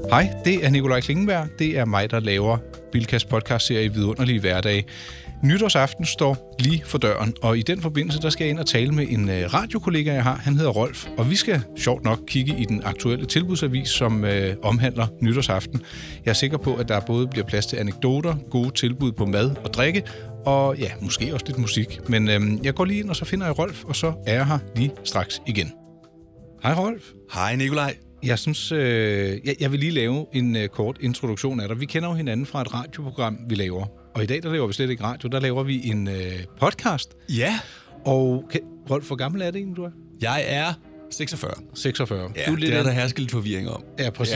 Hej, det er Nikolaj Klingenberg. Det er mig, der laver Bilkas podcast-serie Vidunderlige Hverdage. Nytårsaften står lige for døren, og i den forbindelse, der skal jeg ind og tale med en radiokollega, jeg har. Han hedder Rolf, og vi skal sjovt nok kigge i den aktuelle tilbudsavis, som omhandler nytårsaften. Jeg er sikker på, at der både bliver plads til anekdoter, gode tilbud på mad og drikke, og ja, måske også lidt musik. Men jeg går lige ind, og så finder jeg Rolf, og så er jeg her lige straks igen. Hej Rolf. Hej Nikolaj. Jeg synes, jeg vil lige lave en kort introduktion af dig. Vi kender jo hinanden fra et radioprogram, vi laver. Og i dag, der laver vi slet ikke radio, der laver vi en podcast. Ja. Og Rolf, hvor gammel er det egentlig, du er? Jeg er 46. 46. Ja, det er der hersker lidt forvirring om. Ja, præcis.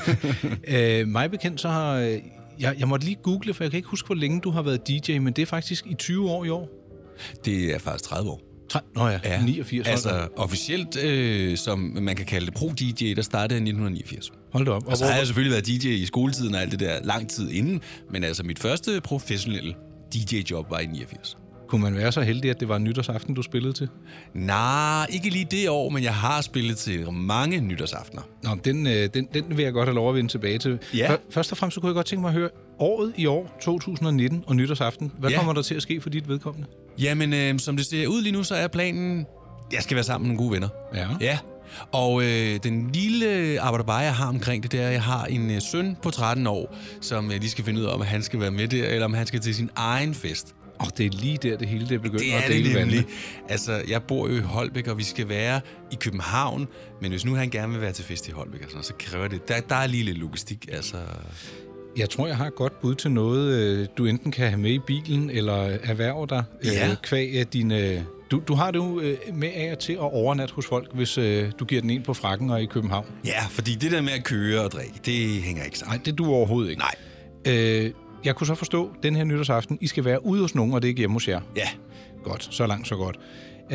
Ja. Mig bekendt, så har... Jeg måtte lige google, for jeg kan ikke huske, hvor længe du har været DJ, men det er faktisk i 20 år i år. Det er faktisk 30 år. Nå ja, 89. Altså officielt, som man kan kalde det, pro-DJ, der startede i 1989. Hold da op. Og så har jeg selvfølgelig været DJ i skoletiden og alt det der lang tid inden, men altså mit første professionelle DJ-job var i 89. Kunne man være så heldig, at det var nytårsaften, du spillede til? Nej, ikke lige det år, men jeg har spillet til mange nytårsaftener. Nå, den vil jeg godt have lov at vende tilbage til. Ja. Først og fremmest, så kunne jeg godt tænke mig at høre året i år, 2019 og nytårsaften. Hvad kommer der til at ske for dit vedkommende? Jamen, som det ser ud lige nu, så er planen, jeg skal være sammen med nogle gode venner. Ja. Og den lille arbejderbaje, jeg har omkring det der, jeg har en søn på 13 år, som jeg lige skal finde ud af, om han skal være med der, eller om han skal til sin egen fest. Det er lige der, det hele det begynder at dele vandene. Nemlig. Altså, jeg bor jo i Holbæk, og vi skal være i København, men hvis nu han gerne vil være til fest i Holbæk, så kræver det. Der er lige lidt logistik, altså. Jeg tror, jeg har et godt bud til noget, du enten kan have med i bilen, eller erhverve dig kvæg af dine... Du har det jo med af til at overnatte hos folk, hvis du giver den en på frakken og i København. Ja, fordi det der med at køre og drikke, det hænger ikke sammen. Nej, det du overhovedet ikke. Nej. Jeg kunne så forstå, at den her nytårsaften, I skal være ude hos nogen, og det er ikke hjemme hos jer. Ja. Godt, så langt, så godt.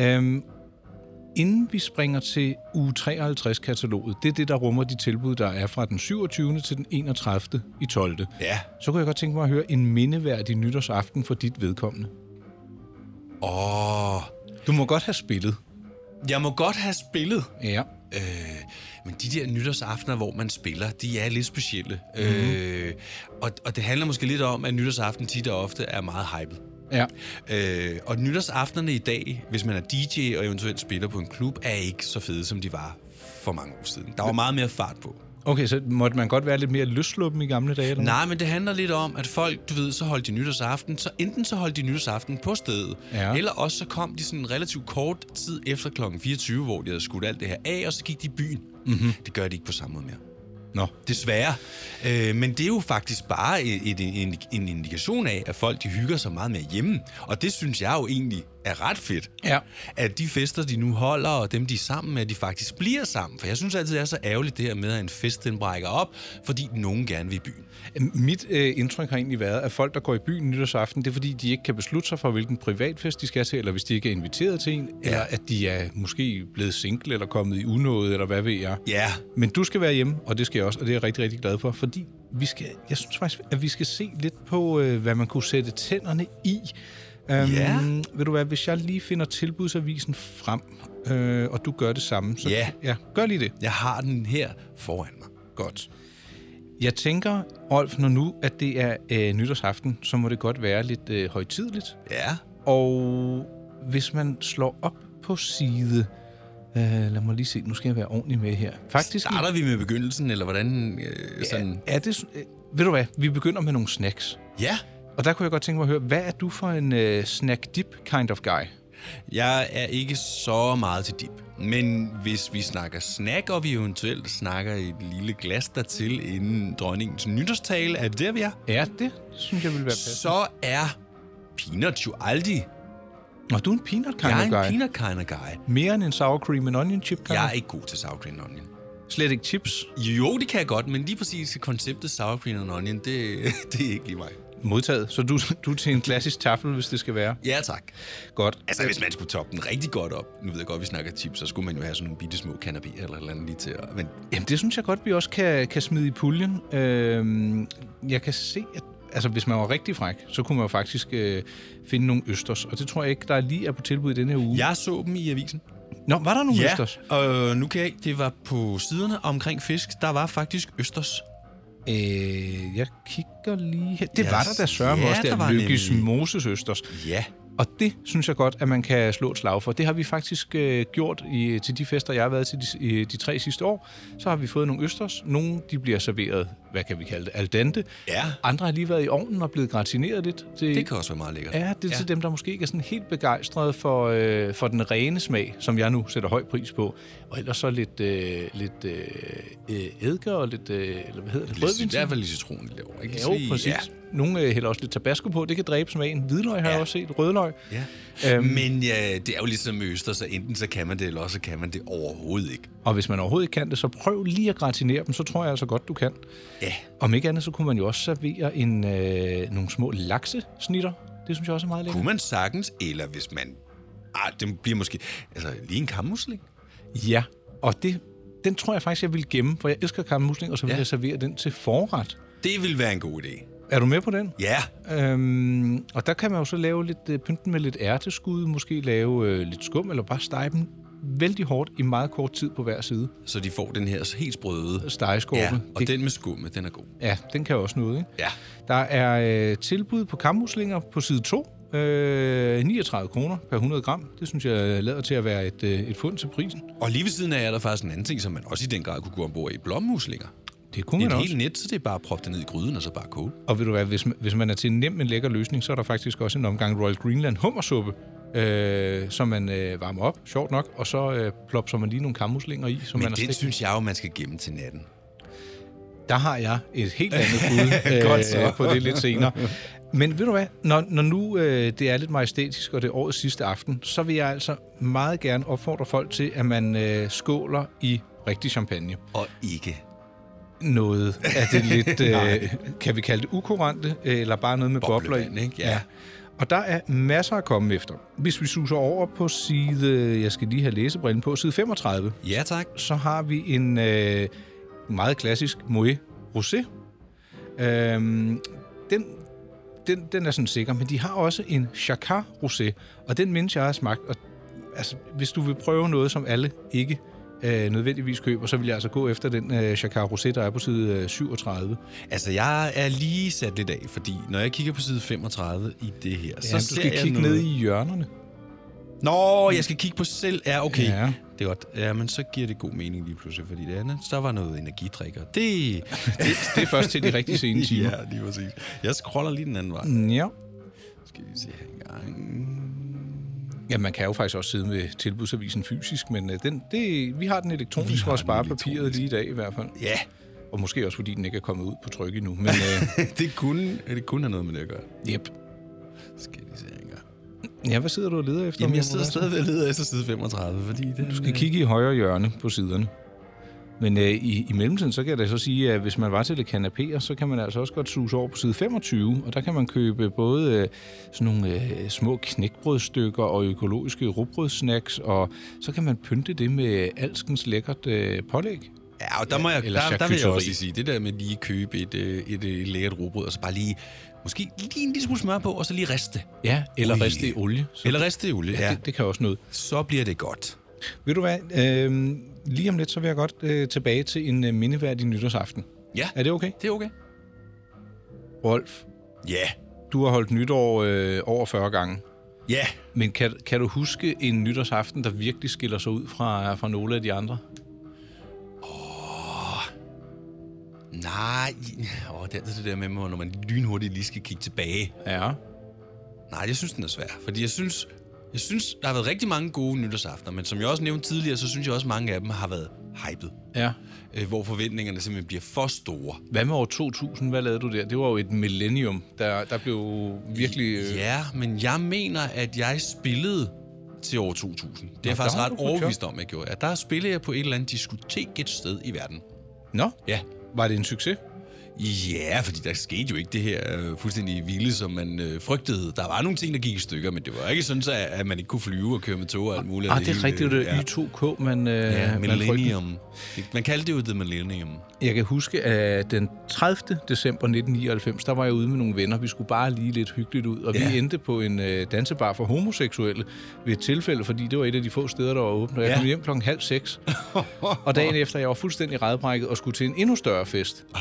Inden vi springer til uge 53-kataloget, det er det, der rummer de tilbud, der er fra den 27. til den 31. i 12. Ja. Så kunne jeg godt tænke mig at høre en mindeværdig nytårsaften for dit vedkommende. Du må godt have spillet. Jeg må godt have spillet. Ja. Men de der nytårsaftener, hvor man spiller, de er lidt specielle. Og det handler måske lidt om, at nytårsaften tit og ofte er meget hypet. Ja. Og nytårsaftenerne i dag, hvis man er DJ og eventuelt spiller på en klub, er ikke så fede, som de var for mange år siden. Der var meget mere fart på. Okay, så måtte man godt være lidt mere løsluppen i gamle dage? Eller? Nej, men det handler lidt om, at folk, du ved, så holdt de nytårsaften, så enten så holdt de nytårsaften på stedet, eller også så kom de sådan relativt kort tid efter klokken 24, hvor de havde skudt alt det her af, og så gik de i byen. Det gør de ikke på samme måde mere. Nå. Desværre. Men det er jo faktisk bare en indikation af, at folk de hygger sig meget mere hjemme. Og det synes jeg jo egentlig er ret fedt. Ja. At de fester, de nu holder, og dem, de er sammen med, de faktisk bliver sammen. For jeg synes altid, det er så ærgerligt det her med, at en fest, den brækker op, fordi nogen gerne vil i byen. Mit indtryk har egentlig været, at folk, der går i byen nytårsaften, det er fordi, de ikke kan beslutte sig for, hvilken privatfest de skal til, eller hvis de ikke er inviteret til en, eller at de er måske blevet single, eller kommet i unåde, eller hvad ved jeg. Ja. Men du skal være hjemme, og det skal jeg også, og det er jeg rigtig, rigtig glad for, fordi jeg synes faktisk, at vi skal se lidt på, hvad man kunne sætte tænderne i. Ved du hvad, hvis jeg lige finder tilbudsavisen frem, og du gør det samme, så gør lige det. Jeg har den her foran mig. Godt. Jeg tænker, Rolf, når nu, at det er nytårsaften, så må det godt være lidt højtideligt. Ja. Og hvis man slår op på side... lad mig lige se, nu skal jeg være ordentlig med her. Faktisk starter vi med begyndelsen, eller hvordan? Sådan? Er det, ved du hvad, vi begynder med nogle snacks. Ja. Og der kunne jeg godt tænke mig at høre, hvad er du for en snack-dip kind of guy? Jeg er ikke så meget til dip. Men hvis vi snakker snack, og vi eventuelt snakker et lille glas dertil inden dronningens nytårstale, er det der, vi er? Ja, det synes jeg vil være passende. Så er peanuts jo aldrig... Nå, du er en peanut kind of guy. Jeg er en peanut kind of guy. Mere end en sour cream and onion chip kind? Jeg er ikke god til sour cream and onion. Slet ikke chips? Jo, det kan jeg godt, men lige præcis konceptet sour cream and onion, det er ikke lige mig. Modtaget. Så du er til en klassisk taffel, hvis det skal være? Ja, tak. Godt. Altså, hvis man skulle toppe den rigtig godt op, nu ved jeg godt, vi snakker chips, så skulle man jo have sådan nogle bitte små canapéer eller andet lige til at... Men... Jamen, det synes jeg godt, vi også kan smide i puljen. Jeg kan se, at altså, hvis man var rigtig fræk, så kunne man jo faktisk finde nogle østers, og det tror jeg ikke, der lige er på tilbud i denne her uge. Jeg så dem i avisen. Nå, var der nogle østers? Ja, og nu kan jeg ikke, det var på siderne omkring fisk, der var faktisk østers. Jeg kigger lige her. Det var der sørger også, der Lykkes Mosesøsters. Ja. Og det synes jeg godt, at man kan slå et slag for. Det har vi faktisk gjort til de fester, jeg har været til de 3 sidste år. Så har vi fået nogle østers. Nogle de bliver serveret, hvad kan vi kalde det, al dente. Ja. Andre har lige været i ovnen og blevet gratineret lidt. Det kan også være meget lækkert. Ja, det er til dem, der måske ikke er sådan helt begejstrede for den rene smag, som jeg nu sætter høj pris på. Og ellers så lidt eddike og lidt, eller hvad hedder det? Rødvin. I hvert fald lidt citron, det laver. Ikke? Jo, præcis. Ja. Nogle hælder også lidt tabasco på. Det kan dræbe smagen. Hvidløg har jeg også set. Rødløg. Ja. Men det er jo ligesom med øster, så enten så kan man det, eller også kan man det overhovedet ikke. Og hvis man overhovedet ikke kan det, så prøv lige at gratinere dem, så tror jeg altså godt, du kan. Ja. Om ikke andet, så kunne man jo også servere nogle små laksesnitter. Det synes jeg også er meget lækkert. Kunne man sagtens, eller hvis man... det bliver måske... Altså, lige en kammusling? Ja, og den tror jeg faktisk, jeg vil gemme, for jeg elsker kammusling, og så vil jeg servere den til forret. Det vil være en god idé. Er du med på den? Ja. Og der kan man jo så lave lidt pynten med lidt ærteskud, måske lave lidt skum, eller bare stege dem vældig hårdt i meget kort tid på hver side. Så de får den her helt sprøde stegeskorpe. Ja, og den med skummet, den er god. Ja, den kan også noget, ikke? Ja. Der er tilbud på kammuslinger på side 2. 39 kroner per 100 gram. Det synes jeg lader til at være et fund til prisen. Og lige ved siden af er der faktisk en anden ting, som man også i den grad kunne gå ombord i. Blommuslinger. Det kunne man også. Et helt net, så det er bare at proppe det ned i gryden, og så bare koge. Og ved du hvad, hvis man er til en nem, en lækker løsning, så er der faktisk også en omgang Royal Greenland hummersuppe, som man varmer op, sjovt nok, og så plopser man lige nogle kammuslinger i. Som men man det synes jeg jo, man skal gemme til natten. Der har jeg et helt andet bud på det lidt senere. Men ved du hvad, når nu det er lidt majestætisk, og det er årets sidste aften, så vil jeg altså meget gerne opfordre folk til, at man skåler i rigtig champagne. Og ikke noget af det lidt, kan vi kalde det ukurante, eller bare noget med bobler i. Ikke? Ja. Og der er masser at komme efter. Hvis vi suser over på side, jeg skal lige have læsebrillen på, side 35. Ja, tak. Så har vi en meget klassisk Moet Rosé. Den er sådan sikker, men de har også en Chacard Rosé, og den mindes jeg har smagt. Og, altså, hvis du vil prøve noget, som alle ikke nødvendigvis køber, så vil jeg altså gå efter den Chacard Rosé, der er på side 37. Altså, jeg er lige sat lidt af, fordi når jeg kigger på side 35 i det her, så du skal kigge ned i hjørnerne. Nå, jeg skal kigge på selv. Ja, okay. Ja. Det er godt. Ja, men så giver det god mening lige pludselig, fordi det andet, så var noget energidrikker. Det er først til de rigtig sene timer. Ja, lige præcis. Jeg scroller lige den anden vej. Ja. Skal vi se her engang. Ja, man kan jo faktisk også sidde med tilbudsavisen fysisk, men vi har den elektronisk for at spare papiret lige i dag i hvert fald. Ja. Og måske også fordi den ikke er kommet ud på tryk endnu. Men, det kunne have noget med det at gøre. Yep. Skal vi se her engang. Ja, hvad sidder du og leder efter? Jamen, jeg sidder stadig og leder efter side 35, fordi du skal kigge i højre hjørne på siderne. Men i mellemtiden, så kan jeg da så sige, at hvis man var til det kanapéer, så kan man altså også godt suse over på side 25, og der kan man købe både sådan nogle små knækbrødstykker og økologiske rugbrødssnacks, og så kan man pynte det med alskens lækkert pålæg. Ja, og der vil jeg også sige, det der med lige købe et lækkert rugbrød, og så bare lige, måske lige en lille smule smør på, og så lige riste. Ja, eller riste i olie. Eller riste i olie, ja. Det kan også noget. Så bliver det godt. Ved du hvad, lige om lidt, så vil jeg godt tilbage til en mindeværdig nytårsaften. Ja. Er det okay? Det er okay. Rolf. Ja. Du har holdt nytår over 40 gange. Ja. Men kan du huske en nytårsaften, der virkelig skiller sig ud fra nogle af de andre? Nej. Det er det der med, når man lynhurtigt lige skal kigge tilbage. Ja. Nej, jeg synes, den er svær. Fordi jeg synes, der har været rigtig mange gode nytårsaftener, men som jeg også nævnte tidligere, så synes jeg også, at mange af dem har været hyped. Ja. Hvor forventningerne simpelthen bliver for store. Hvad med år 2000? Hvad lavede du der? Det var jo et millennium, der blev virkelig... Ja, men jeg mener, at jeg spillede til år 2000. Det er jeg faktisk ret overbevist om, jeg gjorde. Der spillede jeg på et eller andet diskotek et sted i verden. Nå? Ja. Var det en succes? Ja, fordi der skete jo ikke det her fuldstændig vilde, som man frygtede. Der var nogle ting, der gik i stykker, men det var ikke sådan, at man ikke kunne flyve og køre med tog og alt muligt. Det er rigtigt, det er Y2K, Millennium. Man kaldte det jo The Millennium. Jeg kan huske, at den 30. december 1999, der var jeg ude med nogle venner. Vi skulle bare lige lidt hyggeligt ud, og vi endte på en dansebar for homoseksuelle ved et tilfælde, fordi det var et af de få steder, der var åbent. Og jeg kom hjem 5:30. Og dagen efter, jeg var fuldstændig rædbrækket og skulle til en endnu større fest. Ej.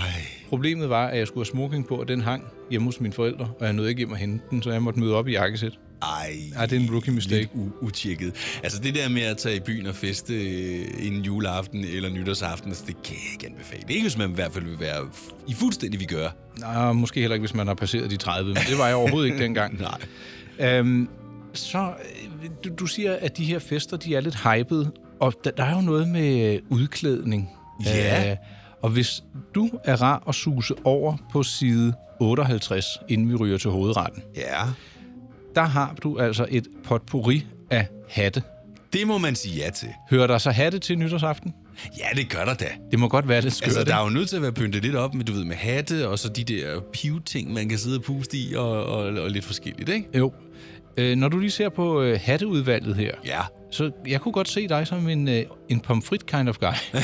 Problemet var, at jeg skulle have smoking på, og den hang hjemme hos mine forældre, og jeg nåede ikke hjem og hente den, så jeg måtte møde op i jakkesæt. Ej, det er en rookie mistake. Lidt utjekket. Altså det der med at tage i byen og feste inden juleaften eller nytårsaften, altså, det kan jeg ikke anbefale. Ikke hvis man i hvert fald vil være i fuldstændig vi gør. Nej, måske heller ikke, hvis man har passeret de 30, men det var jeg overhovedet ikke dengang. Nej. Så du siger, at de her fester, de er lidt hypede, og der er jo noget med udklædning. Ja. Og hvis du er rar at suse over på side 58, inden vi ryger til hovedretten, Ja. der har du altså et potpourri af hatte. Det må man sige ja til. Hører der så hatte til nytårsaften? Ja, det gør der da. Det må godt være lidt skørt. Altså, der er jo nødt til at være pyntet lidt op med, du ved, med hatte, og så de der pive-ting, man kan sidde og puste i, og lidt forskelligt, ikke? Jo. Når du lige ser på hatteudvalget her, Ja. så jeg kunne godt se dig som en pomfrit kind of guy.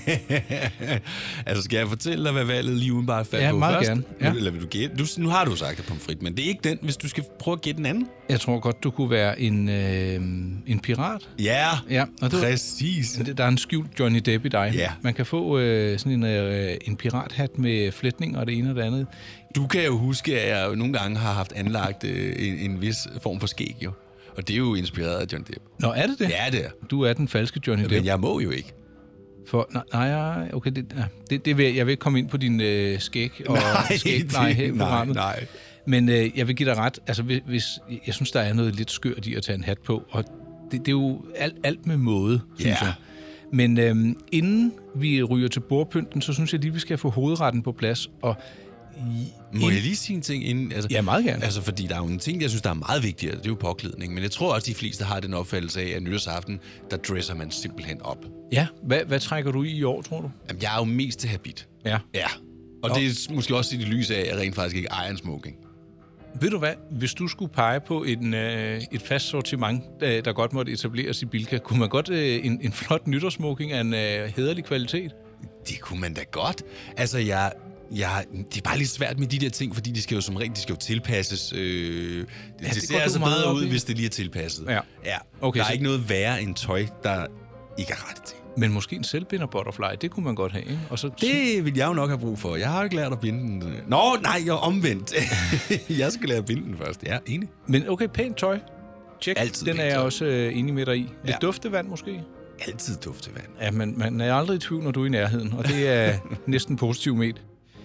Altså, skal jeg fortælle dig, hvad valget lige udenbart faldt på meget først? Gerne. Ja. Eller vil du gætte? Nu har du sagt, at pomfrit, men det er ikke den, hvis du skal prøve at gætte den anden. Jeg tror godt, du kunne være en pirat. Ja, og præcis. Der er en skjult Johnny Depp i dig. Ja. Man kan få sådan en pirathat med flætning og det ene og det andet. Du kan jo huske, at jeg nogle gange har haft anlagt en vis form for skæg, jo. Og det er jo inspireret af Johnny Depp. Nå, er det det? Ja, det er. Du er den falske Johnny Depp. Men jeg må jo ikke. Nej, okay, jeg vil ikke komme ind på din skæg og skægpleje her i programmet. Nej. Men jeg vil give dig ret. Altså, hvis jeg synes, der er noget lidt skørt i at tage en hat på, og det er jo alt med måde, synes jeg. Men inden vi ryger til bordpynten, så synes jeg lige, vi skal få hovedretten på plads. Og må jeg lige sige en ting inden? Altså, ja, meget gerne. Altså, fordi der er jo en ting, jeg synes, der er meget vigtigere. Det er jo påklædning. Men jeg tror også, de fleste har den opfattelse af, at nytårsaften, der dresser man simpelthen op. Ja, hvad trækker du i år, tror du? Jamen, jeg er jo mest til habit. Ja. Og det er måske også i det lys af, at jeg rent faktisk ikke ejer en smoking. Ved du hvad? Hvis du skulle pege på et fast sortiment, der godt måtte etableres i Bilka, kunne man godt en flot nytårssmoking af en hæderlig kvalitet? Det kunne man da godt. Altså, det er bare lidt svært med de der ting, fordi de skal jo som regel tilpasses. Det ser altså bedre ud, hvis det lige er tilpasset. Ja. Okay, der er ikke noget værre end tøj, der ikke er rettet til. Men måske en selvbinder butterfly, det kunne man godt have, ikke? Og så... Det vil jeg jo nok have brug for. Jeg har ikke lært at binde den. Nå, nej, jeg er omvendt. Jeg skal lære at binde den først. Ja, enig. Men okay, pænt tøj. Check. Altid den er jeg også enig med dig i. Lidt duftevand måske? Altid duftevand. Ja, men man er aldrig i tvivl, når du er i nærheden, og det er næsten positivt med.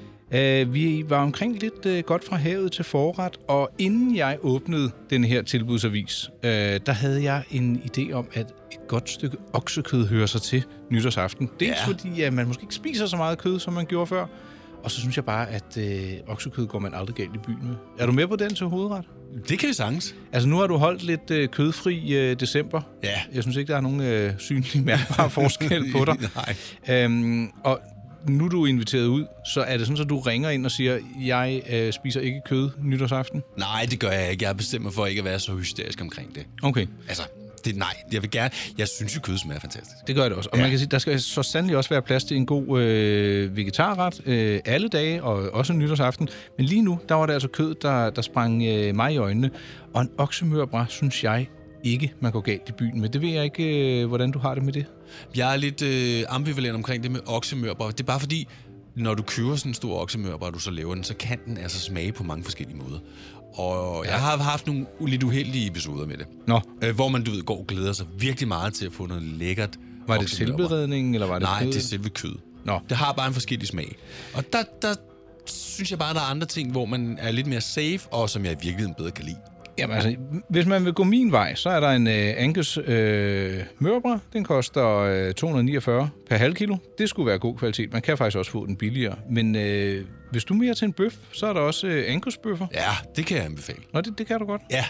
Vi var omkring lidt godt fra havet til forret, og inden jeg åbnede den her tilbudsavis, der havde jeg en idé om, at et godt stykke oksekød hører sig til nytårsaften. Dels fordi man måske ikke spiser så meget kød, som man gjorde før, og så synes jeg bare, at oksekød går man aldrig galt i byen med. Er du med på den til hovedret? Det kan vi sagtens. Altså nu har du holdt lidt kødfri december. Ja. Jeg synes ikke, der er nogen synlig mærkbar forskel på dig. Nej. Og nu er du inviteret ud, så er det sådan, at du ringer ind og siger, jeg spiser ikke kød nytårsaften? Nej, det gør jeg ikke. Jeg bestemmer for ikke at være så hysterisk omkring det. Okay. Altså, nej, jeg vil gerne... Jeg synes jo, kød smager fantastisk. Det gør det også. Og man kan sige, der skal så sandelig også være plads til en god vegetarret alle dage, og også nytårsaften. Men lige nu, der var det altså kød, der sprang mig i øjnene. Og en oksemørbrad, synes jeg ikke, man går galt i byen med. Det ved jeg ikke, hvordan du har det med det. Jeg er lidt ambivalent omkring det med oksemørbrad. Det er bare fordi, når du køber sådan en stor oksemørbrad, og du så laver den, så kan den altså smage på mange forskellige måder. Og jeg har haft nogle lidt uheldige episoder med det. Nå. Hvor man, går og glæder sig virkelig meget til at få noget lækkert. Var det tilberedning, eller var det kød? Nej, det er selve kød. Nå. Det har bare en forskellig smag. Og der synes jeg bare, der er andre ting, hvor man er lidt mere safe, og som jeg i virkeligheden bedre kan lide. Jamen altså, hvis man vil gå min vej, så er der en Angus mørbrad. Den koster 249 per halv kilo. Det skulle være god kvalitet. Man kan faktisk også få den billigere. Men hvis du er mere til en bøf, så er der også Angus-bøffer. Ja, det kan jeg anbefale. Nå, det kan du godt. Ja.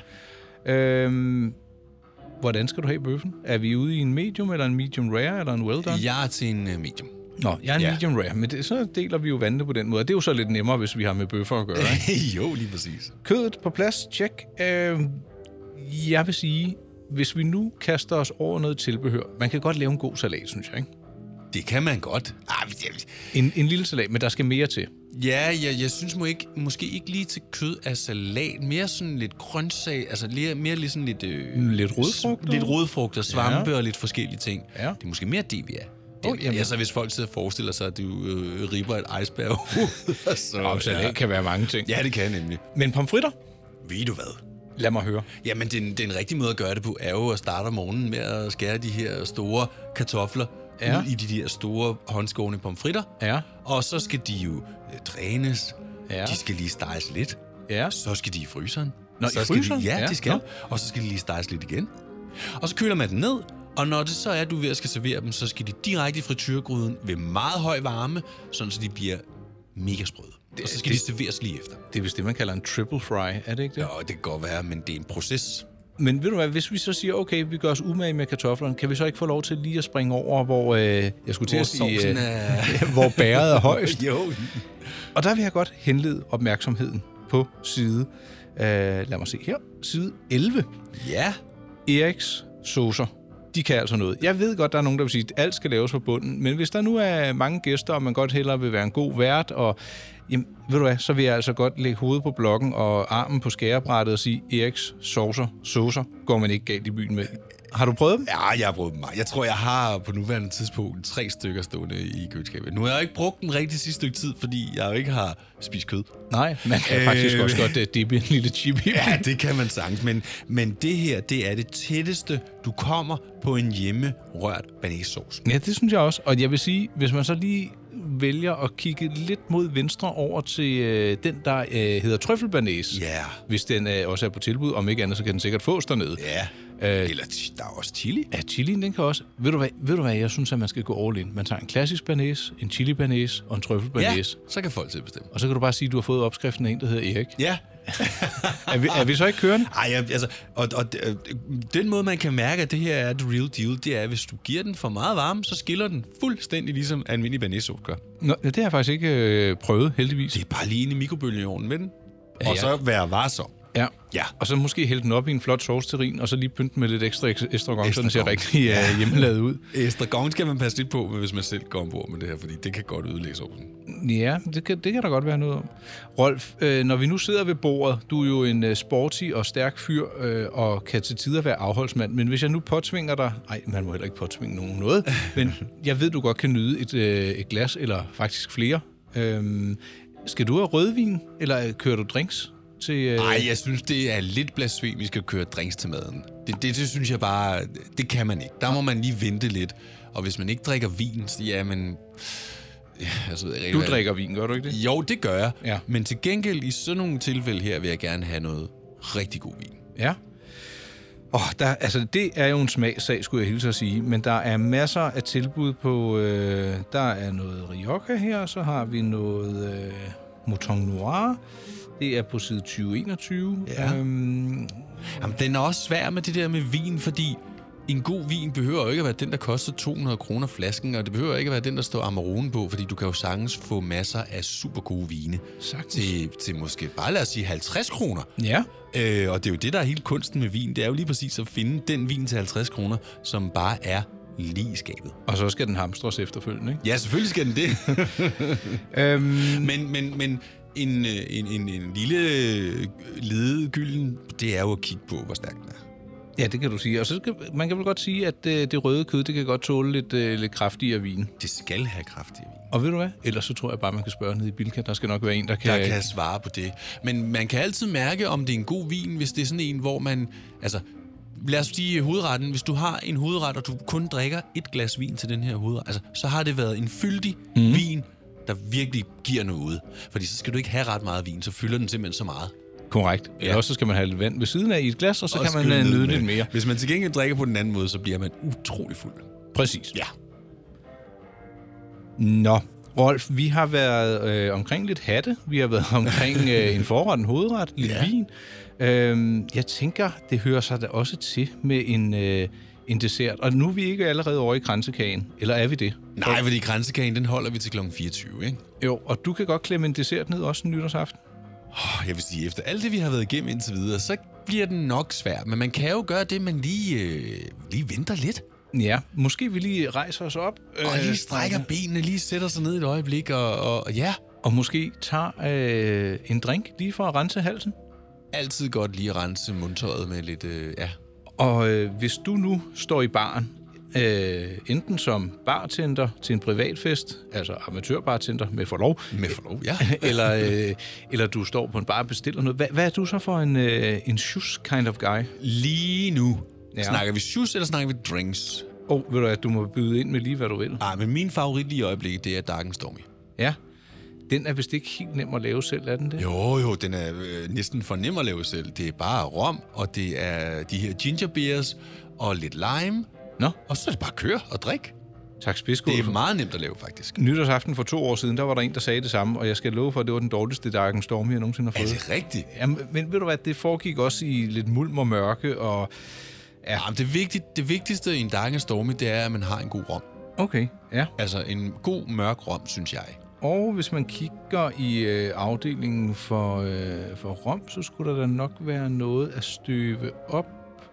Hvordan skal du have bøffen? Er vi ude i en medium, eller en medium rare, eller en well done? Jeg er til en medium. Nå, jeg er en medium rare, men så deler vi jo vandene på den måde. Det er jo så lidt nemmere, hvis vi har med bøffer at gøre, ikke? Jo, lige præcis. Kødet på plads, check. Jeg vil sige, hvis vi nu kaster os over noget tilbehør, man kan godt lave en god salat, synes jeg, ikke? Det kan man godt. En lille salat, men der skal mere til. Ja, jeg synes måske ikke lige til kød af salat. Mere sådan lidt grøntsag, altså mere lige sådan lidt... lidt rodfrugt? Lidt rodfrugt og svampe og lidt forskellige ting. Ja. Det er måske mere det, vi er. Så hvis folk sidder og forestiller sig, at du ribber et iceberg. Så kan være mange ting. Ja, det kan nemlig. Men pomfritter? Ved du hvad? Lad mig høre. Jamen, den rigtige måde at gøre det på, er jo at starte om morgenen med at skære de her store kartofler ud i de der store håndskårne pomfritter. Ja. Og så skal de jo drænes. Ja. De skal lige steges lidt. Ja. Så skal de i fryseren. Nå, i fryseren? Ja, de skal. Og så skal de lige steges lidt igen. Og så køler man den ned. Og når det så er, du ved at skal servere dem, så skal de direkte i frityrgryden ved meget høj varme, sådan så de bliver mega sprøde. Og så skal de serveres lige efter. Det er vist det, man kalder en triple fry, er det ikke det? Ja, det kan godt være, men det er en proces. Men ved du hvad, hvis vi så siger, okay, vi gør os umage med kartoflerne, kan vi så ikke få lov til lige at springe over, hvor jeg skulle til at sige, hvor bæret er højst? Jo. Og der vil jeg godt henlede opmærksomheden på side, lad mig se her, side 11. Ja. Eriks saucer. De kan altså noget. Jeg ved godt, der er nogen, der vil sige, at alt skal laves fra bunden, men hvis der nu er mange gæster, og man godt hellere vil være en god vært, og jamen, ved du hvad, så vil jeg altså godt lægge hovedet på blokken og armen på skærebrættet og sige, Eriks saucer går man ikke galt i byen med. Har du prøvet dem? Ja, jeg har prøvet dem. Jeg tror, jeg har på nuværende tidspunkt 3 stykker stående i køleskabet. Nu har jeg ikke brugt den rigtig sidste stykke tid, fordi jeg jo ikke har spist kød. Nej, man kan faktisk også godt dippe en lille chip i. Ja, det kan man sagtens. Men det her, det er det tætteste, du kommer på en hjemmerørt banæssauce. Ja, det synes jeg også. Og jeg vil sige, hvis man så lige vælger at kigge lidt mod venstre over til den, der hedder trøffelbanæs. Ja. Hvis den også er på tilbud. Om ikke andet, så kan den sikkert fås dernede. Ja. Eller der er også chili. Ja, chilien, den kan også. Ved du hvad, jeg synes, at man skal gå all in. Man tager en klassisk banæs, en chili-banæs og en trøffelbanæs. Ja, så kan folk til bestemme. Og så kan du bare sige, at du har fået opskriften af en, der hedder Erik. Ja. er vi så ikke kørende? Ej, altså, og den måde, man kan mærke, at det her er the real deal, det er, at hvis du giver den for meget varme, så skiller den fuldstændig ligesom almindelig banæssauce gør. Nå, det har jeg faktisk ikke prøvet, heldigvis. Det er bare lige ind i mikrobølgeovnen med den. Ja, og så være varsom. Ja, og så måske hælde den op i en flot sauce-terrin, og så lige pynte med lidt ekstra estragon, så den ser rigtig hjemmelavet ud. Estragon skal man passe lidt på, hvis man selv går ombord med det her, fordi det kan godt ødelægge saucen. Ja, det kan der godt være noget om. Rolf, når vi nu sidder ved bordet, du er jo en sporty og stærk fyr, og kan til tider være afholdsmand, men hvis jeg nu påtvinger dig... Nej, man må heller ikke påtvinge nogen noget, men jeg ved, du godt kan nyde et glas, eller faktisk flere. Skal du have rødvin, eller kører du drinks? Nej, jeg synes, det er lidt blasfemisk at køre drinks til maden. Det synes jeg bare, det kan man ikke. Der må man lige vente lidt. Og hvis man ikke drikker vin, så jamen... Ja, altså, du drikker vin, gør du ikke det? Jo, det gør jeg. Ja. Men til gengæld i sådan nogle tilfælde her, vil jeg gerne have noget rigtig god vin. Ja. Det er jo en smagssag, skulle jeg hilse at sige. Men der er masser af tilbud på... der er noget Rioja her, så har vi noget Mouton Noir... Det er på side 2021. Ja. Jamen, den er også svær med det der med vin, fordi en god vin behøver jo ikke at være den, der koster 200 kroner flasken, og det behøver ikke at være den, der står Amarone på, fordi du kan jo sagtens få masser af super gode vine til måske bare lad os sige 50 kroner. Ja. Og det er jo det, der er helt kunsten med vin. Det er jo lige præcis at finde den vin til 50 kroner, som bare er lige i skabet. Og så skal den hamstres efterfølgende, ikke? Ja, selvfølgelig skal den det. Men en lille ledegylden, det er jo at kigge på, hvor stærk den er. Ja, det kan du sige. Og så man kan vel godt sige, at det røde kød, det kan godt tåle lidt kraftigere vin. Det skal have kraftigere vin. Og ved du hvad? Ellers så tror jeg bare, man kan spørge ned i Bilka. Der skal nok være en, der kan svare på det. Men man kan altid mærke, om det er en god vin, hvis det er sådan en, hvor man... Altså, lad os sige hovedretten. Hvis du har en hovedret, og du kun drikker et glas vin til den her hovedret, altså, så har det været en fyldig vin, der virkelig giver noget. Fordi så skal du ikke have ret meget vin, så fylder den simpelthen så meget. Korrekt. Eller også så skal man have lidt vand ved siden af i et glas, og så kan man nyde lidt mere. Hvis man til gengæld drikker på den anden måde, så bliver man utrolig fuld. Præcis. Ja. Nå, Rolf, vi har været omkring lidt hatte. Vi har været omkring en forret, en hovedret, lidt vin. Jeg tænker, det hører sig da også til med en dessert. Og nu er vi ikke allerede over i kransekagen. Eller er vi det? Nej, fordi kransekagen, den holder vi til kl. 24, ikke? Jo, og du kan godt klemme en dessert ned også en nytårsaften. Jeg vil sige, efter alt det, vi har været igennem indtil videre, så bliver den nok svær. Men man kan jo gøre det, man lige venter lidt. Ja, måske vi lige rejser os op. Og lige strækker benene, lige sætter sig ned et øjeblik, og ja. Og måske tager en drink lige for at rense halsen. Altid godt lige at rense mundtøjet med lidt, ja. Og hvis du nu står i baren, enten som bartender til en privatfest, altså amatørbartender med forlov. Med forlov, ja. eller du står på en bar og bestiller noget. Hvad er du så for en shoes kind of guy? Lige nu. Ja. Snakker vi shoes, eller snakker vi drinks? Ved du at du må byde ind med lige, hvad du vil. Men min favorit lige i øjeblikket, det er Dark & Stormy. Ja. Den er vist ikke helt nem at lave selv, er den det? Jo, den er næsten for nem at lave selv. Det er bare rom, og det er de her ginger beers og lidt lime. Nå. Og så er det bare køre og drik. Tak spidskud. Det er meget nemt at lave, faktisk. Nytårsaften for 2 år siden, der var der en, der sagde det samme, og jeg skal love for, at det var den dårligste Dark & Stormy, jeg nogensinde har fået. Er det rigtigt? Ja, men ved du hvad, det foregik også i lidt mulm og mørke, og... Ja. Det vigtigste i en Dark & Stormy, det er, at man har en god rom. Okay, ja. Altså en god mørk rom, synes jeg. Og hvis man kigger i afdelingen for rom, så skulle der da nok være noget at støve op.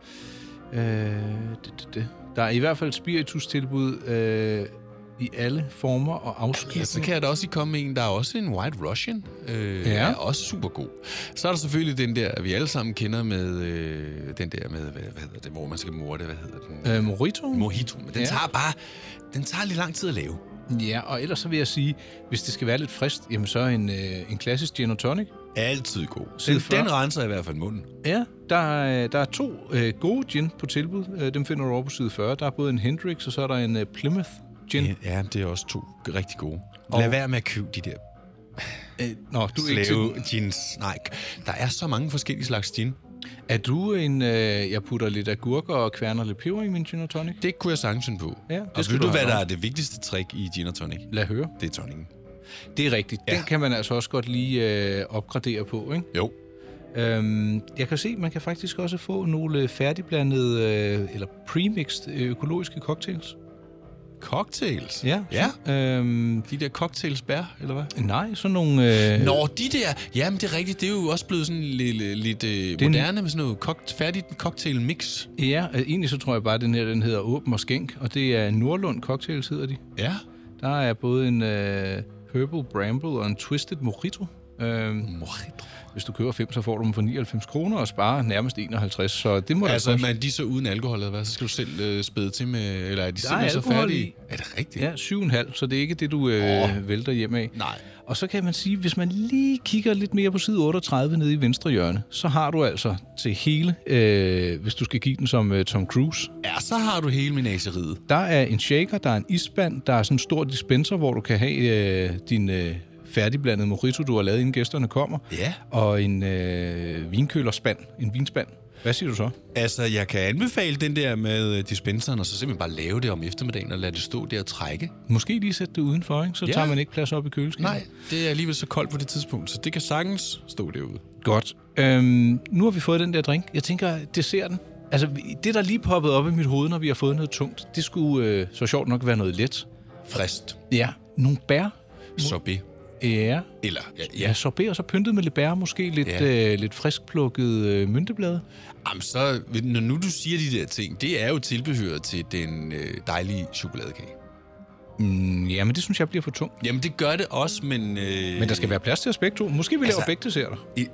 Der er i hvert fald spiritus-tilbud i alle former og afskygninger. Ja, så kan jeg da også komme med en. Der er også en White Russian. Er også super god. Så er der selvfølgelig den der, vi alle sammen kender med, den der med, hvad hedder det, hvor man skal morte, hvad hedder den? Mojito. Mojito, men den tager lidt lang tid at lave. Ja, og ellers så vil jeg sige, hvis det skal være lidt frisk, jamen så en klassisk gin og tonic. Altid god. Den renser i hvert fald munden. Ja, der er 2 gode gin på tilbud. Dem finder du over på side 40. Der er både en Hendrix, og så er der en Plymouth gin. Ja, det er også 2 rigtig gode. Lad være med at købe de der slave gins. Nej, der er så mange forskellige slags gin. Er du jeg putter lidt agurker og kværner lidt peber i min gin og tonic? Det kunne jeg sagtens finde på. Ja, og ved du, hvad der er det vigtigste trick i gin og tonic? Lad høre. Det er tonicen. Det er rigtigt. Ja. Den kan man altså også godt lige opgradere på, ikke? Jo. Jeg kan se, man kan faktisk også få nogle færdigblandede eller premixed økologiske cocktails. Cocktails? Ja. De der cocktailsbær, eller hvad? Nej, sådan nogle... Nå, de der... Jamen, det er rigtigt. Det er jo også blevet sådan lidt moderne med sådan noget færdigt cocktail-mix. Ja, egentlig så tror jeg bare, at den hedder Åben og Skænk, og det er Nordlund Cocktails, hedder de. Ja. Der er både en Herbal Bramble og en Twisted Mojito. Mojito. Hvis du køber 5, så får du dem for 99 kroner og sparer nærmest 51, så det må altså, men de så uden alkohol, eller hvad? Så skal du selv spæde til med, eller er de simpelthen så færdige? Er det rigtigt? Ja, 7,5, så det er ikke det, du vælter hjem af. Nej. Og så kan man sige, hvis man lige kigger lidt mere på side 38 nede i venstre hjørne, så har du altså til hele, hvis du skal give den som Tom Cruise. Ja, så har du hele menageriet. Der er en shaker, der er en isband, der er sådan en stor dispenser, hvor du kan have din... færdigblandet mojito, du har lavet, inden gæsterne kommer. Ja. Og en vinkølerspand, en vinspand. Hvad siger du så? Altså, jeg kan anbefale den der med dispenseren, og så simpelthen bare lave det om eftermiddagen, og lade det stå der og trække. Måske lige sætte det udenfor, ikke? Så tager man ikke plads op i køleskabet. Nej, det er alligevel så koldt på det tidspunkt, så det kan sagtens stå derude. Godt. Nu har vi fået den der drink. Jeg tænker, desserten. Altså, det der lige poppet op i mit hoved, når vi har fået noget tungt, det skulle så sjovt nok være noget let. Frist. Ja, nogle bær. Sorbet. Ja. Eller, ja, sorbet, og så pyntet med lidt bær, måske lidt friskplukket mynteblade. Jamen så, når nu du siger de der ting, det er jo tilbehøret til den dejlige chokoladekage. Jamen, det synes jeg bliver for tungt. Jamen, det gør det også, men... Men der skal være plads til at begge to. Måske vi laver begge desserter.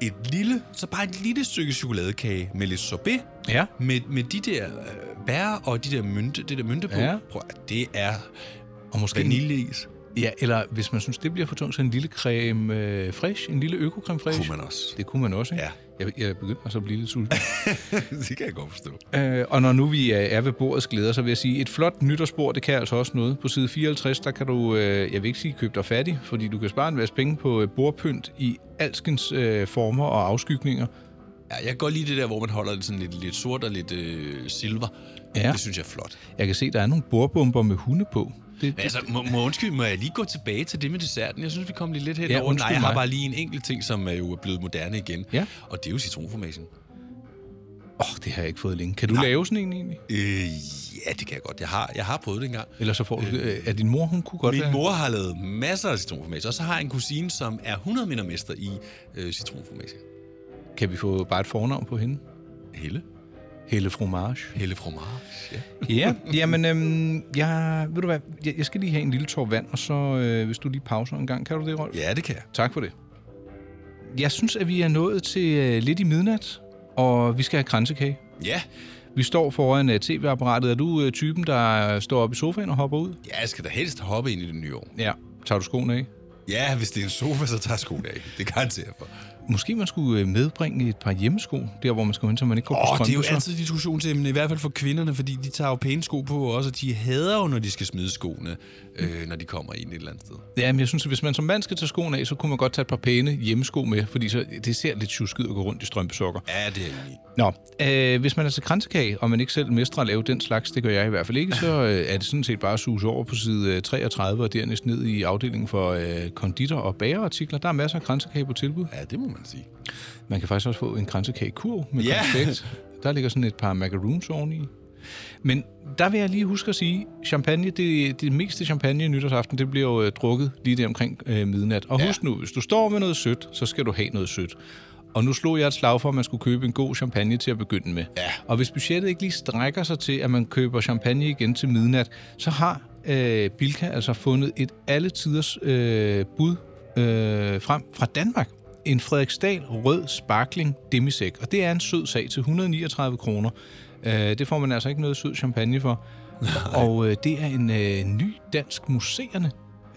Bare et lille stykke chokoladekage med lidt sorbet. Ja. Med de der bær og det der mynte på. Ja. Prøv, det er... Og måske vaniljeis. Ja, eller hvis man synes, det bliver for tungt, så en lille creme fraiche, en lille øko-creme fraiche. Kunne man også. Det kunne man også, ikke? Ja. Jeg begyndte altså at blive lidt sulten. Det kan jeg godt forstå. Og når nu vi er ved bordets glæder, så vil jeg sige, et flot nytårsbord, det kan altså også noget. På side 54, der kan du, jeg vil ikke sige købe dig fattig, fordi du kan spare en masse penge på bordpynt i alskens former og afskygninger. Ja, jeg kan godt lide det der, hvor man holder det sådan lidt sort og lidt silver. Ja. Det synes jeg er flot. Jeg kan se, der er nogle bordbomber med hunde på. Altså, må jeg lige gå tilbage til det med desserten? Jeg synes, vi kom lidt hen over. Nej, jeg har bare lige en enkelt ting, som er jo blevet moderne igen. Ja. Og det er jo citronformagen. Det har jeg ikke fået længe. Kan du lave sådan en egentlig? Ja, det kan jeg godt. Jeg har prøvet det engang. Eller så får du er din mor, hun kunne godt Min mor har lavet masser af citronformage. Og så har jeg en kusine, som er 100 meter mester i citronformage. Kan vi få bare et fornavn på hende? Helle Fromage. Helle Fromage, ja. Ja, jamen, ved du hvad, jeg skal lige have en lille tår vand, og så hvis du lige pauser en gang, kan du det, Rolf? Ja, det kan jeg. Tak for det. Jeg synes, at vi er nået til lidt i midnat, og vi skal have kransekage. Ja. Vi står foran tv-apparatet. Er du typen, der står op i sofaen og hopper ud? Ja, jeg skal da helst hoppe ind i det nye år. Ja. Tager du skoene af? Ja, hvis det er en sofa, så tager jeg skoene af. Det garanterer jeg for. Måske man skulle medbringe et par hjemmesko, der hvor man skal hen, så man ikke går på strømpe. Det er jo altid diskussionsemne, i hvert fald for kvinderne, fordi de tager jo pæne sko på også, og de hader jo, når de skal smide skoene, når de kommer ind et eller andet sted. Ja, men jeg synes, at hvis man som mand skal tage skoene af, så kunne man godt tage et par pæne hjemmesko med, fordi så, det ser lidt tjusket ud at gå rundt i strømpesokker. Ja, det er Nå, hvis man er til kransekage, og man ikke selv mestrer at lave den slags, det gør jeg i hvert fald ikke, så er det sådan set bare at suse over på side 33 og dernæst ned i afdelingen for konditor- og bagerartikler. Der er masser af kransekage på tilbud. Ja, det må man sige. Man kan faktisk også få en kransekagekurv med konfekt. Der ligger sådan et par macaroons oveni. Men der vil jeg lige huske at sige, champagne, det meste champagne nytårsaften, det bliver jo drukket lige der omkring midnat. Og husk nu, hvis du står med noget sødt, så skal du have noget sødt. Og nu slog jeg et slag for, at man skulle købe en god champagne til at begynde med. Ja. Og hvis budgettet ikke lige strækker sig til, at man køber champagne igen til midnat, så har Bilka altså fundet et alletiders bud frem fra Danmark. En Frederiksdal rød sparkling demisec, og det er en sød sag til 139 kroner. Det får man altså ikke noget sød champagne for. Og det er en ny dansk museerne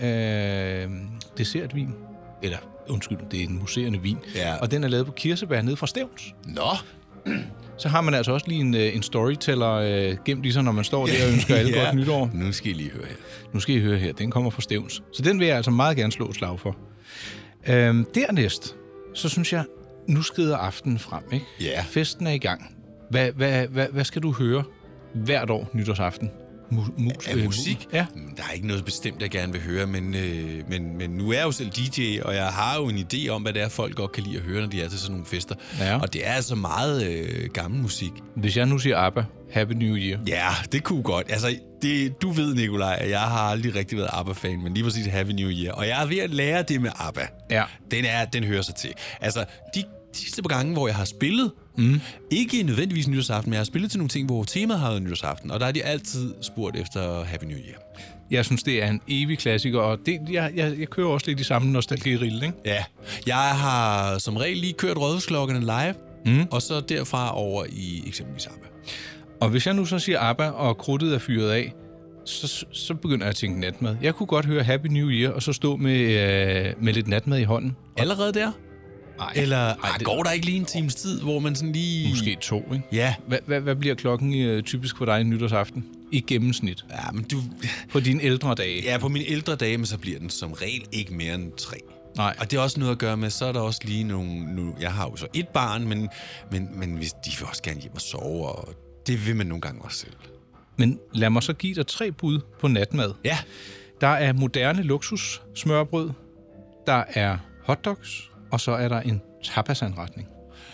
dessertvin. Eller, undskyld, det er en museerne vin. Ja. Og den er lavet på kirsebær nede fra Stevns. Nå! Så har man altså også lige en storyteller gemt i sig, når man står der og ønsker alle godt nytår. Nu skal I lige høre her. Nu skal I høre her. Den kommer fra Stevns. Så den vil jeg altså meget gerne slå et slag for. Dernæst, så synes jeg, nu skrider aftenen frem, ikke? Ja. Festen er i gang. Hvad skal du høre hvert år nytårsaften? Musik? Ja. Der er ikke noget bestemt, jeg gerne vil høre, men nu er jeg jo selv DJ, og jeg har jo en idé om, hvad det er, folk godt kan lide at høre, når de er til sådan nogle fester. Ja. Og det er altså meget gammel musik. Hvis jeg nu siger ABBA, Happy New Year. Ja, det kunne godt. Altså, du ved, Nikolaj, at jeg har aldrig rigtig været ABBA-fan, men lige præcis Happy New Year. Og jeg er ved at lære det med ABBA. Ja. Den hører sig til. Altså, de sidste par gange, hvor jeg har spillet, ikke nødvendigvis nytårsaften, men jeg har spillet til nogle ting, hvor temaet har været nytårsaften, og der har de altid spurgt efter Happy New Year. Jeg synes, det er en evig klassiker, og jeg kører også lidt i samme nostalgi-rille, ikke? Ja. Jeg har som regel lige kørt Rådhusklokkerne live, og så derfra over i eksempelvis ABBA. Og hvis jeg nu så siger ABBA, og krudtet er fyret af, så begynder jeg at tænke natmad. Jeg kunne godt høre Happy New Year, og så stå med lidt natmad i hånden. Allerede der? Ej. Eller går der ikke lige en times tid, hvor man sådan lige... Måske 2, ikke? Ja. Hvad bliver klokken typisk for dig nytårsaften? I gennemsnit? Ja, men på dine ældre dage? Ja, på mine ældre dage, men så bliver den som regel ikke mere end 3. Nej. Og det er også noget at gøre med, så er der også lige nogle... Jeg har jo så et barn, men hvis de vil også gerne hjem og sove, og det vil man nogle gange også selv. Men lad mig så give dig 3 bud på natmad. Ja. Der er moderne luksus smørbrød, der er hotdogs, og så er der en tapasanretning.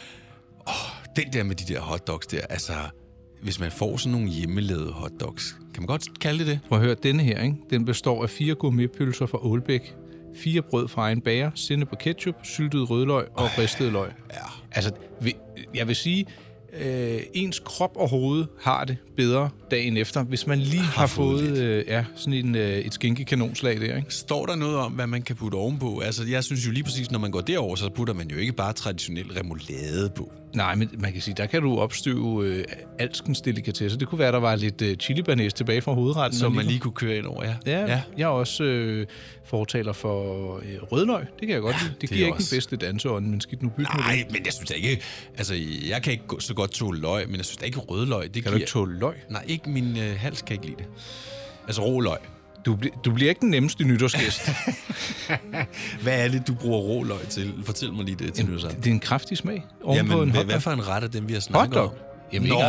Den der med de der hotdogs der, altså, hvis man får sådan nogle hjemmelavede hotdogs, kan man godt kalde det? Prøv at høre, denne her, ikke? Den består af 4 gourmetpølser fra Ålbæk, 4 brød fra egen bager, sennep på ketchup, syltet rødløg og ristet løg. Ja. Altså, jeg vil sige, ens krop og hoved har det bedre dagen efter, hvis man lige har fået sådan et skinkekanonslag der, ikke? Står der noget om, hvad man kan putte ovenpå? Altså, jeg synes jo lige præcis, når man går derover, så putter man jo ikke bare traditionel remoulade på. Nej, men man kan sige, der kan du opstøve alskens delikatesser. Det kunne være, der var lidt chili-banæs tilbage fra hovedretten. Som man lige kunne køre ind over, ja. Ja. Jeg er også fortaler for rødløg. Det kan jeg godt lide. Det giver ikke den bedste danseånd, men skidt nu bytte med det. Nej, men jeg synes da ikke... Altså, jeg kan ikke så godt tåle løg, men jeg synes da ikke rødløg. Kan du ikke tåle løg? Nej, ikke min hals kan ikke lide det. Altså rå løg. Du bliver ikke den nemmeste nytårsgæst. Hvad er det, du bruger rå løg til? Fortæl mig lige det til nytårsaften. Det er en kraftig smag. Jamen, hvad for en ret af dem, vi har snakket om? Jamen, Nå,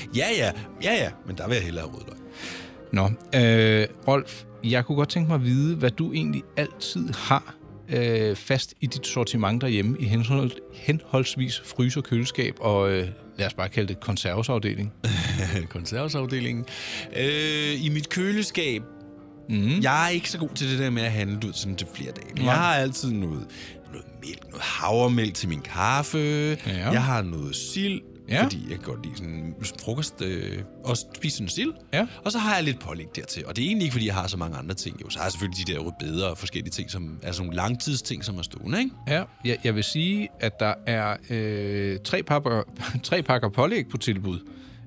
ja, men der vil jeg hellere have rødløg. Nå, Rolf, jeg kunne godt tænke mig at vide, hvad du egentlig altid har fast i dit sortiment derhjemme i henholdsvis fryser, køleskab og lad os bare kalde det konservesafdeling. Konservesafdelingen. I mit køleskab, jeg er ikke så god til det der med at handle ud sådan til flere dage. Men jeg har altid noget mælk, noget havremælk til min kaffe. Ja. Jeg har noget sild, fordi jeg kan godt lide sådan frokost og spise sådan sild. Ja. Og så har jeg lidt pålæg dertil. Og det er egentlig ikke, fordi jeg har så mange andre ting. Jo, så har jeg selvfølgelig de der rødbeder og forskellige ting, som er sådan nogle langtidsting, som er stående, ikke? Ja, jeg vil sige, at der er 3 pakker pålæg på tilbud.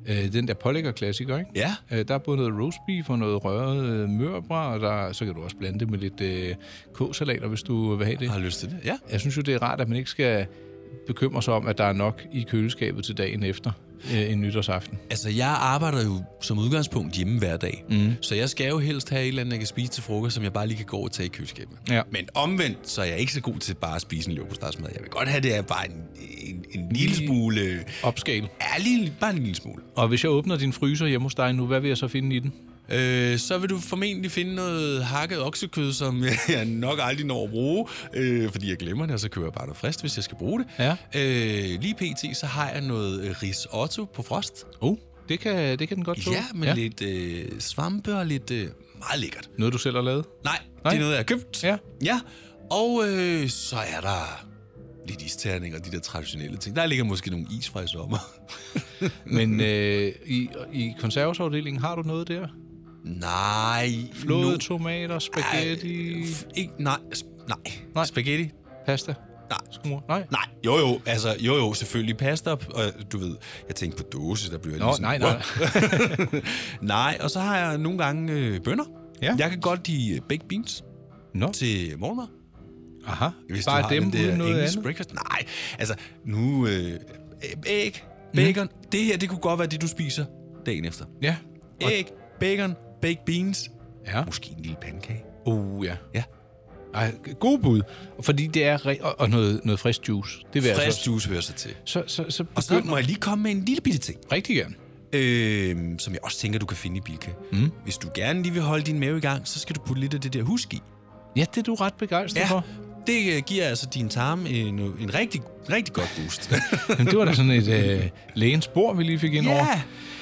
Den der pålæggerklassiker, ikke? Ja. Der er både noget roast beef og noget røret mørbrad, og så kan du også blande det med lidt kåsalater, hvis du vil have det. Har lyst til det, ja. Jeg synes jo, det er rart, at man ikke skal bekymre sig om, at der er nok i køleskabet til dagen efter en nytårsaften. Altså, jeg arbejder jo som udgangspunkt hjemme hver dag, så jeg skal jo helst have et eller andet, jeg kan spise til frokost, som jeg bare lige kan gå og tage i køleskabet. Ja. Men omvendt, så er jeg ikke så god til bare at spise en leverpostejsmad. Jeg vil godt have, det er bare en lille smule... Opskal. Ja, bare en lille smule. Og hvis jeg åbner din fryser hjemme hos dig nu, hvad vil jeg så finde i den? Så vil du formentlig finde noget hakket oksekød, som jeg nok aldrig når at bruge, fordi jeg glemmer det, og så køber jeg bare noget frist, hvis jeg skal bruge det. Ja. Lige pt. Så har jeg noget risotto på frost. Det kan den godt tåle. Ja, med lidt svampe og lidt meget lækkert. Noget, du selv har lavet? Nej, det er noget, jeg har købt. Ja. Og så er der lidt isterning og de der traditionelle ting. Der ligger måske nogle is fra i sommer. Men i konservesafdelingen har du noget der? Nej. Flåede tomater, spaghetti? Nej. Spaghetti? Pasta? Nej. Skruer? Nej. Jo. Altså, jo, selvfølgelig pasta. Og du ved, jeg tænkte på dåse, der bliver ligesom... Nej. Nej, og så har jeg nogle gange bønner. Ja. Jeg kan godt lide baked beans til morgenmad. Aha. Hvis bare dem uden noget andet? Breakfast. Nej, altså nu... æg, bacon. Det her, det kunne godt være det, du spiser dagen efter. Ja. Æg, bacon, baked beans. Ja. Måske en lille pandekage. Ja. Ja. Ej, god bud. Fordi det er... Og noget frisk juice. Det vil frisk juice hører sig til. Så og så må jeg lige komme med en lille bitte ting. Rigtig gerne. Som jeg også tænker, du kan finde i Bilka. Hvis du gerne lige vil holde din mave i gang, så skal du putte lidt af det der husk i. Ja, det er du ret begejstret for. Det giver altså din tarm en rigtig, rigtig godt boost. Jamen, det var da sådan et lægens bord, vi lige fik ind over.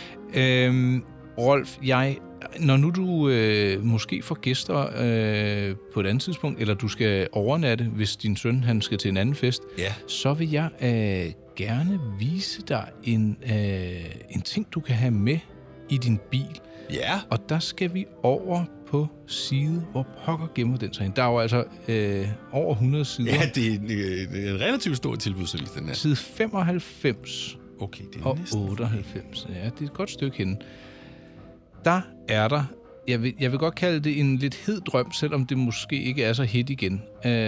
Rolf, når nu du måske får gæster på et andet tidspunkt, eller du skal overnatte, hvis din søn han skal til en anden fest, så vil jeg gerne vise dig en ting, du kan have med i din bil. Ja. Og der skal vi over på side, hvor pokker gemmer den sig ind. Der er jo altså over 100 sider. Ja, det er en relativt stor tilbudsavis, den her. Side 95 okay, det er og 98. Ja, det er et godt stykke henne. Der er der, jeg vil godt kalde det en lidt hed drøm, selvom det måske ikke er så hit igen.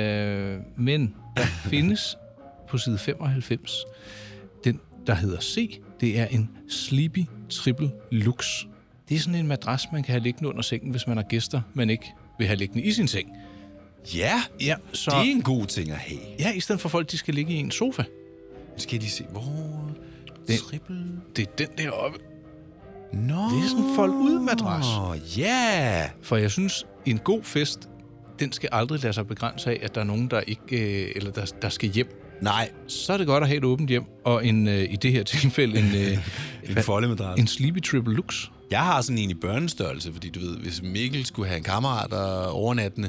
Men der findes på side 95, den der hedder C, det er en Sleepy Triple Lux. Det er sådan en madras, man kan have liggende under sengen, hvis man har gæster, man ikke vil have liggende i sin seng. Ja, så det er en god ting at have. Ja, i stedet for folk, de skal ligge i en sofa. Skal de se, hvor... Triple... Det er den der oppe. Nå. Det er sådan en fold-ud-madras. Ja. For jeg synes, en god fest, den skal aldrig lade sig begrænse af, at der er nogen, der ikke, eller der skal hjem. Nej. Så er det godt at have et åbent hjem, og i det her tilfælde en foldemadras. En Sleepy Triple Lux. Jeg har sådan en i børnestørrelse, fordi du ved, hvis Mikkel skulle have en kammerat overnattende,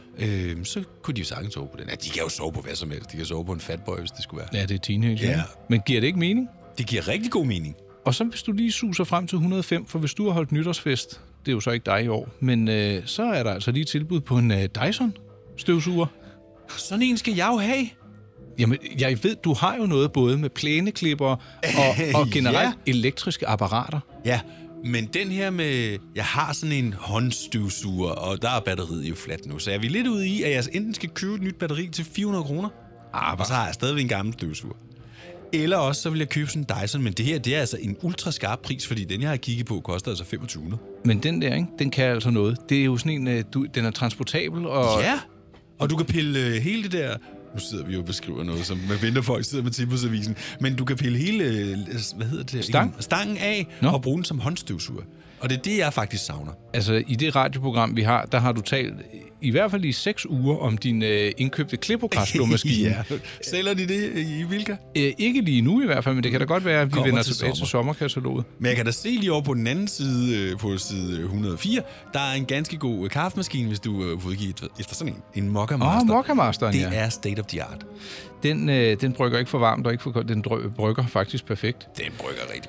så kunne de jo sagtens sove på den. Ja, de kan jo sove på hvad som helst. De kan sove på en fatboy, hvis det skulle være. Ja, det er teenager. Ja. Men giver det ikke mening? Det giver rigtig god mening. Og så hvis du lige suser frem til 105, for hvis du har holdt nytårsfest, det er jo så ikke dig i år, men så er der altså lige tilbud på en Dyson-støvsuger. Sådan en skal jeg jo have. Jamen, jeg ved, du har jo noget både med plæneklipper og generelt elektriske apparater. Ja, men den her med... Jeg har sådan en håndstøvsuger, og der er batteriet jo fladt nu. Så er vi lidt ude i, at jeg enten skal købe et nyt batteri til 400 kroner, og så har jeg stadigvæk en gammel støvsuger. Eller også så vil jeg købe sådan en Dyson, men det her, det er altså en ultra skarp pris, fordi den, jeg har kigget på, koster altså 2500. Men den der, ikke? Den kan altså noget. Det er jo sådan en, den er transportabel, og... Ja, og du kan pille hele det der... Nu sidder vi jo og beskriver noget, som med vinterfolk sidder med tilbudsavisen. Men du kan pille hele, hvad hedder det? Stangen af og bruge den som håndstøvsuger. Og det er det, jeg faktisk savner. Altså, i det radioprogram, vi har, der har du talt i hvert fald i 6 uger om din indkøbte Clipocast-maskine. Ja. Sælger de det i Bilka? Ikke lige nu i hvert fald, men det kan da godt være, at vi vender tilbage til sommerkataloget. Men jeg kan da se lige over på den anden side, på side 104, der er en ganske god kaffemaskine, hvis du får udgivet efter sådan en Mocha Master. Mocha Masteren, ja. Det er state of the art. Den brygger ikke for varmt og ikke for koldt. Den brygger faktisk perfekt. Den brygger rigtig godt.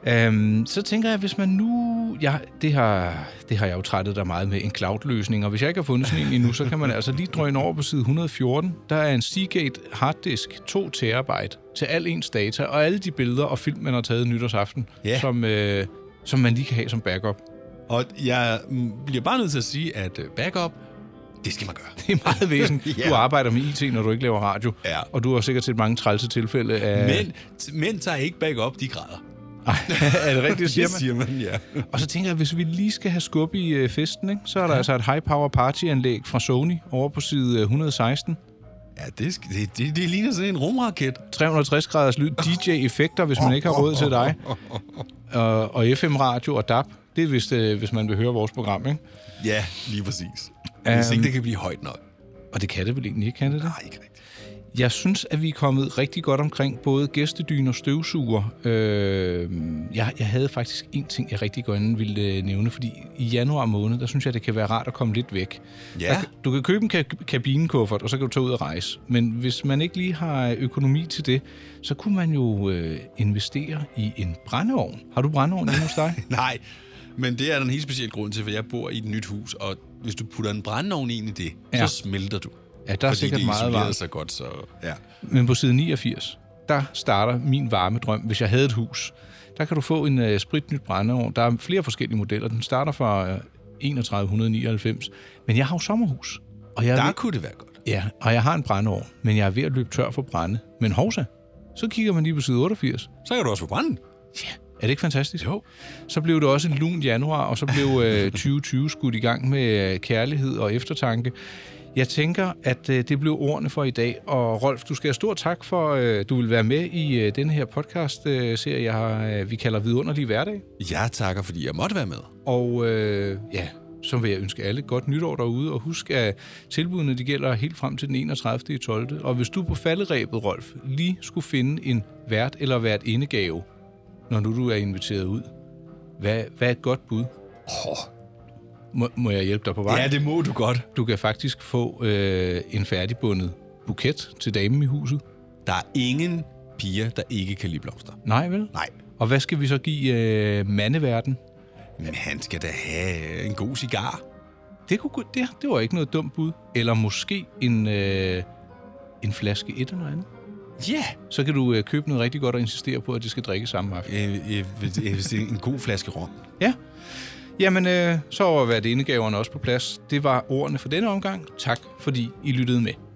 Så tænker jeg, hvis man nu... Ja, det har jeg jo trættet dig meget med, en cloud-løsning. Og hvis jeg ikke har fundet sådan en endnu, så kan man altså lige drøne over på side 114. Der er en Seagate harddisk, 2 terabyte, til al ens data, og alle de billeder og film, man har taget nytårsaften, som man lige kan have som backup. Og jeg bliver bare nødt til at sige, at backup, det skal man gøre. Det er meget væsentligt. Du arbejder med IT, når du ikke laver radio. Ja. Og du har sikkert set mange trælse tilfælde af... Men tager ikke backup, de græder. Ej, er det rigtigt, det siger man, ja. Og så tænker jeg, hvis vi lige skal have skub i festen, ikke, så er der altså et high-power party-anlæg fra Sony over på side 116. Ja, det ligner sådan en rumraket. 360 graders lyd, DJ-effekter, hvis man ikke har råd til dig. Og FM-radio og DAB. Det er hvis man vil høre vores program, ikke? Ja, lige præcis. Hvis ikke det kan blive højt nok. Og det kan det vel egentlig ikke, kan det? Nej, ikke rigtigt. Jeg synes, at vi er kommet rigtig godt omkring både gæstedyn og støvsuger. Jeg havde faktisk en ting, jeg rigtig gerne ville nævne, fordi i januar måned, der synes jeg, det kan være rart at komme lidt væk. Ja. Du kan købe en kabinekuffert, og så kan du tage ud og rejse. Men hvis man ikke lige har økonomi til det, så kunne man jo investere i en brændeovn. Har du brændeovn hjemme hos dig? Nej, men det er der en helt speciel grund til, for jeg bor i et nyt hus, og hvis du putter en brændeovn ind i det, så smelter du. Ja, der er sikkert meget varmt. Så godt, så ja. Men på side 89, der starter min varmedrøm, hvis jeg havde et hus. Der kan du få en spritnyt brændeovn. Der er flere forskellige modeller. Den starter fra 3199. Men jeg har jo sommerhus. Og der kunne det være godt. Ja, og jeg har en brændeovn, men jeg er ved at løbe tør for brænde. Men hovsa, så kigger man lige på side 88. Så kan du også få brænde. Ja, er det ikke fantastisk? Jo. Så blev det også en lun januar, og så blev 2020 skudt i gang med kærlighed og eftertanke. Jeg tænker, at det blev ordene for i dag, og Rolf, du skal have stor tak for, du vil være med i denne her podcast-serie, vi kalder Vidunderlig Hverdag. Jeg takker, fordi jeg måtte være med. Og så vil jeg ønske alle godt nytår derude, og husk, at tilbudene de gælder helt frem til den 31.12. Og hvis du på falderæbet, Rolf, lige skulle finde en vært eller værtindegave, når nu du er inviteret ud, hvad er et godt bud? Må jeg hjælpe dig på vej? Ja, det må du godt. Du kan faktisk få en færdigbundet buket til damen i huset. Der er ingen piger, der ikke kan lide blomster. Nej, vel? Nej. Og hvad skal vi så give mandeverden? Men han skal da have en god cigar. Det var ikke noget dumt bud. Eller måske en flaske et eller noget andet. Ja. Yeah. Så kan du købe noget rigtig godt og insistere på, at det skal drikkes samme aften. En god flaske rom. Ja. Jamen, så var værtindegaverne også på plads. Det var ordene for denne omgang. Tak, fordi I lyttede med.